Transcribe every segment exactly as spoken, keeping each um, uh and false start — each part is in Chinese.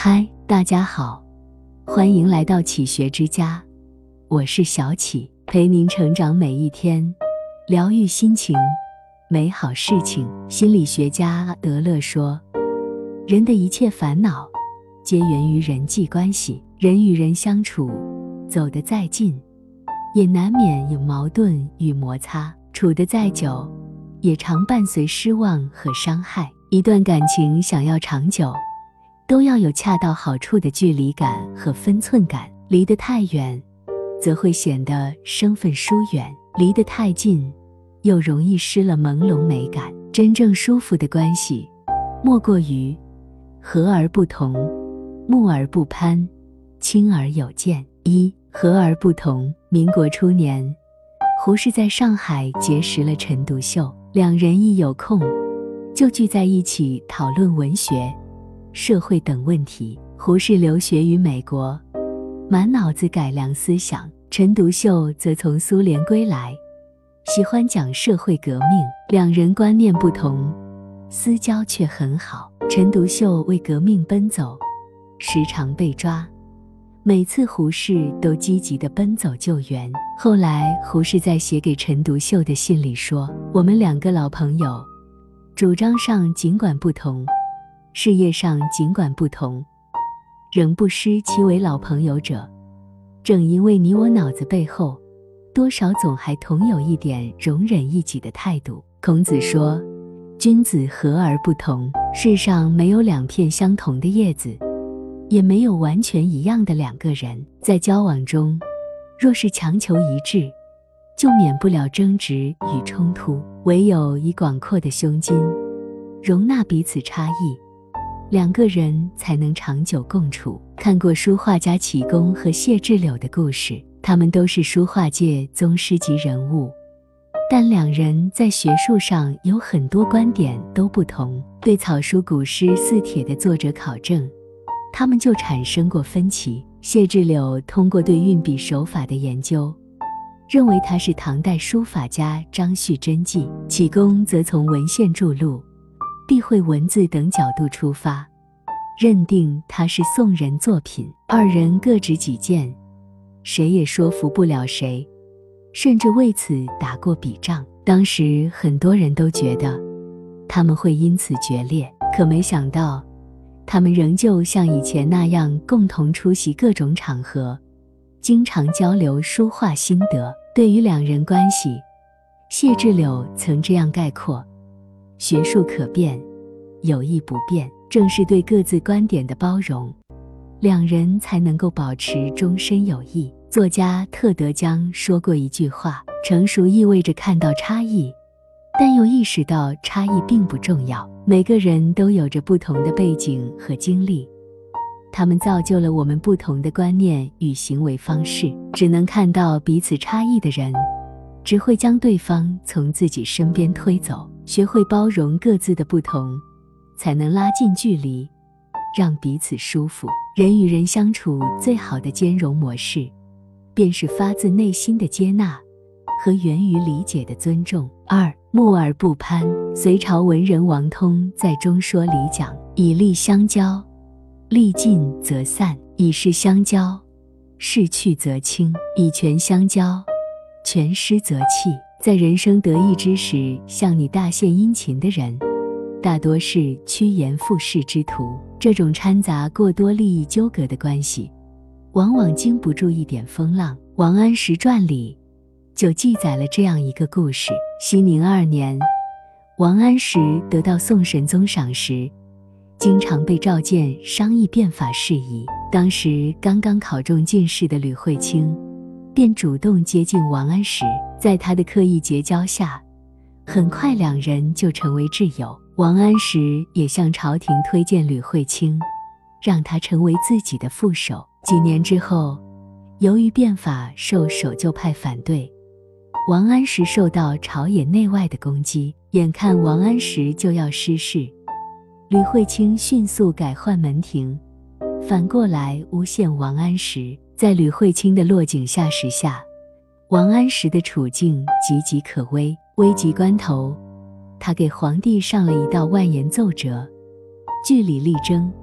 嗨，大家好，欢迎来到启学之家，我是小启，陪您成长每一天，疗愈心情，美好事情。心理学家阿德勒说，人的一切烦恼皆源于人际关系，人与人相处，走得再近，也难免有矛盾与摩擦，处得再久，也常伴随失望和伤害。一段感情想要长久，都要有恰到好处的距离感和分寸感，离得太远，则会显得生分疏远；离得太近，又容易失了朦胧美感。真正舒服的关系，莫过于和而不同，睦而不攀，亲而有间。一、和而不同。民国初年，胡适在上海结识了陈独秀，两人一有空，就聚在一起讨论文学、社会等问题。胡适留学于美国，满脑子改良思想；陈独秀则从苏联归来，喜欢讲社会革命。两人观念不同，私交却很好。陈独秀为革命奔走，时常被抓，每次胡适都积极地奔走救援。后来胡适在写给陈独秀的信里说，我们两个老朋友，主张上尽管不同，事业上尽管不同，仍不失其为老朋友者。正因为你我脑子背后，多少总还同有一点容忍一己的态度。孔子说，君子和而不同。世上没有两片相同的叶子，也没有完全一样的两个人。在交往中，若是强求一致，就免不了争执与冲突。唯有以广阔的胸襟容纳彼此差异，两个人才能长久共处。看过书画家启功和谢志柳的故事，他们都是书画界宗师级人物，但两人在学术上有很多观点都不同。对草书古诗四帖的作者考证，他们就产生过分歧。谢志柳通过对运笔手法的研究，认为他是唐代书法家张旭真迹；启功则从文献著录、避讳文字等角度出发，认定他是宋人作品。二人各执己见，谁也说服不了谁，甚至为此打过笔仗。当时很多人都觉得他们会因此决裂，可没想到他们仍旧像以前那样共同出席各种场合，经常交流书画心得。对于两人关系，谢志柳曾这样概括，学术可变，友谊不变。正是对各自观点的包容，两人才能够保持终身友谊。作家特德·江说过一句话，成熟意味着看到差异，但又意识到差异并不重要。每个人都有着不同的背景和经历，他们造就了我们不同的观念与行为方式。只能看到彼此差异的人，只会将对方从自己身边推走。学会包容各自的不同，才能拉近距离，让彼此舒服。人与人相处最好的兼容模式，便是发自内心的接纳和源于理解的尊重。二、睦而不攀。隋朝文人王通在中说里讲，以利相交，利尽则散；以势相交，势去则清；以权相交，权失则弃。在人生得意之时向你大献殷勤的人，大多是趋炎附势之徒。这种掺杂过多利益纠葛的关系，往往经不住一点风浪。王安石传里就记载了这样一个故事。熙宁二年，王安石得到宋神宗赏识，经常被召见商议变法事宜。当时刚刚考中进士的吕惠卿便主动接近王安石，在他的刻意结交下，很快两人就成为挚友。王安石也向朝廷推荐吕惠卿，让他成为自己的副手。几年之后，由于变法受守旧派反对，王安石受到朝野内外的攻击，眼看王安石就要失势，吕惠卿迅速改换门庭，反过来诬陷王安石。在吕惠卿的落井下石下，王安石的处境岌岌可危。危急关头，他给皇帝上了一道万言奏折，据理力争，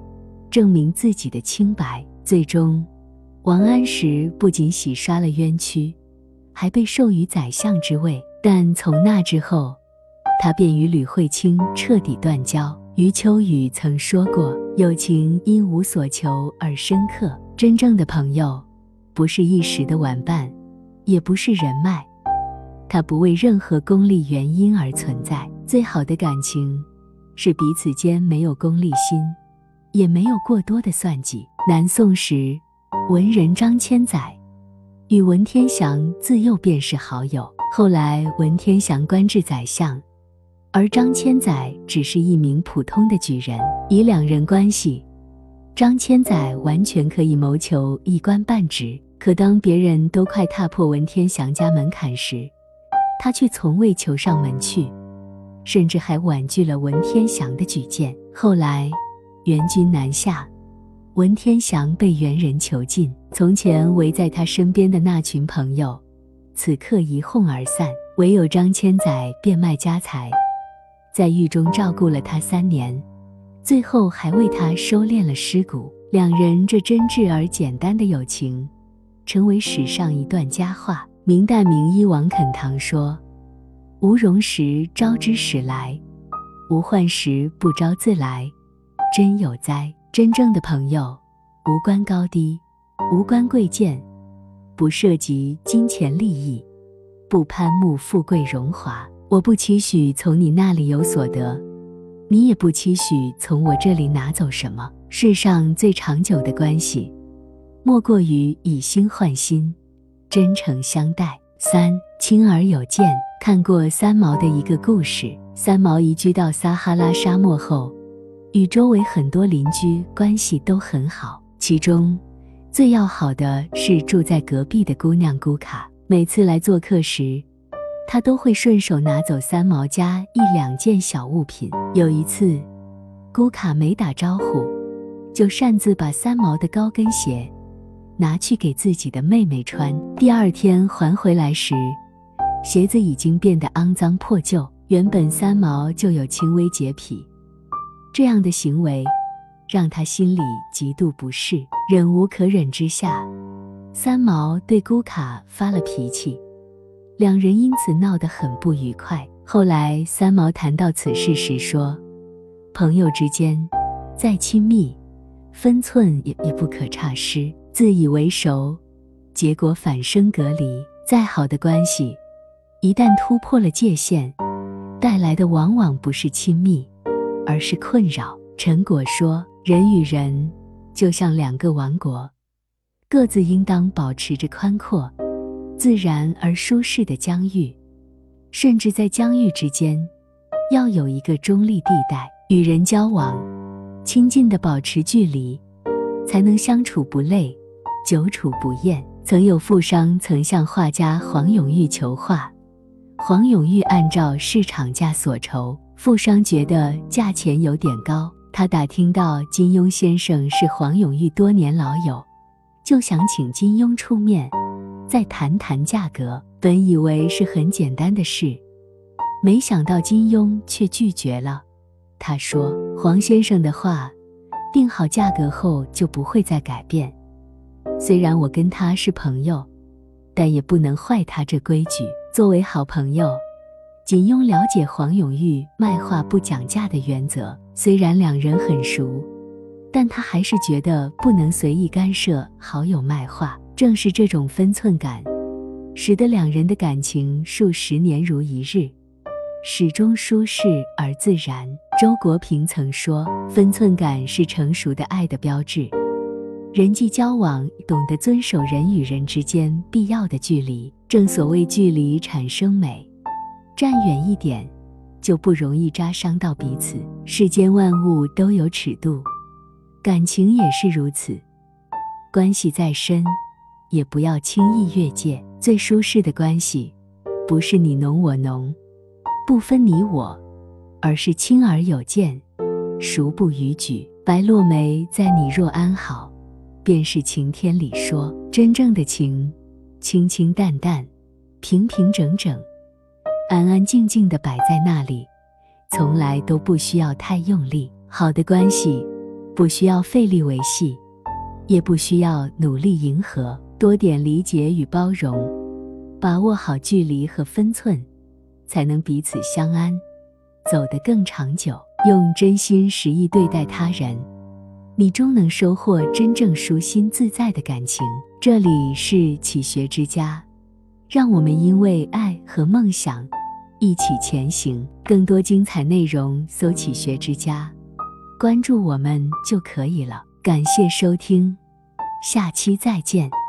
证明自己的清白。最终，王安石不仅洗刷了冤屈，还被授予宰相之位。但从那之后，他便与吕惠卿彻底断交。余秋雨曾说过，友情因无所求而深刻，真正的朋友不是一时的玩伴，也不是人脉，它不为任何功利原因而存在。最好的感情是彼此间没有功利心，也没有过多的算计。南宋时，文人张千载与文天祥自幼便是好友，后来文天祥官至宰相，而张千载只是一名普通的举人。以两人关系，张千载完全可以谋求一官半职，可当别人都快踏破文天祥家门槛时，他却从未求上门去，甚至还婉拒了文天祥的举荐。后来元军南下，文天祥被元人囚禁，从前围在他身边的那群朋友，此刻一哄而散，唯有张千载变卖家财，在狱中照顾了他三年，最后还为他收敛了尸骨。两人这真挚而简单的友情，成为史上一段佳话。明代名医王肯堂说：无容时招之使来，无患时不招自来，真有哉！真正的朋友，无关高低，无关贵贱，不涉及金钱利益，不攀慕富贵荣华。我不期许从你那里有所得，你也不期许从我这里拿走什么。世上最长久的关系，莫过于以心换心，真诚相待。三，亲而有见。看过三毛的一个故事，三毛移居到撒哈拉沙漠后，与周围很多邻居关系都很好，其中最要好的是住在隔壁的姑娘姑卡。每次来做客时，她都会顺手拿走三毛家一两件小物品。有一次，姑卡没打招呼，就擅自把三毛的高跟鞋拿去给自己的妹妹穿。第二天还回来时，鞋子已经变得肮脏破旧，原本三毛就有轻微洁癖，这样的行为让他心里极度不适，忍无可忍之下，三毛对姑卡发了脾气，两人因此闹得很不愉快。后来三毛谈到此事时说，朋友之间再亲密，分寸也也不可差失，自以为熟，结果反生隔离。再好的关系，一旦突破了界限，带来的往往不是亲密，而是困扰。陈果说，人与人就像两个王国，各自应当保持着宽阔、自然而舒适的疆域，甚至在疆域之间要有一个中立地带。与人交往，亲近地保持距离，才能相处不累，久处不厌。曾有富商曾向画家黄永玉求画，黄永玉按照市场价所筹，富商觉得价钱有点高，他打听到金庸先生是黄永玉多年老友，就想请金庸出面再谈谈价格。本以为是很简单的事，没想到金庸却拒绝了。他说，黄先生的画定好价格后就不会再改变，虽然我跟他是朋友，但也不能坏他这规矩。作为好朋友，金庸了解黄永玉卖画不讲价的原则，虽然两人很熟，但他还是觉得不能随意干涉好友卖画。正是这种分寸感，使得两人的感情数十年如一日，始终舒适而自然。周国平曾说，分寸感是成熟的爱的标志。人际交往懂得遵守人与人之间必要的距离，正所谓距离产生美，站远一点就不容易扎伤到彼此。世间万物都有尺度，感情也是如此，关系再深也不要轻易越界。最舒适的关系，不是你侬我侬，不分你我，而是亲而有见，熟不逾矩。白落梅在《你若安好，便是晴天》里说，真正的情，清清淡淡，平平整整，安安静静地摆在那里，从来都不需要太用力。好的关系， 不需要费力维系，也不需要努力迎合，多点理解与包容，把握好距离和分寸，才能彼此相安，走得更长久。用真心实意对待他人，你终能收获真正舒心自在的感情。这里是启学之家，让我们因为爱和梦想一起前行。更多精彩内容搜启学之家，关注我们就可以了。感谢收听，下期再见。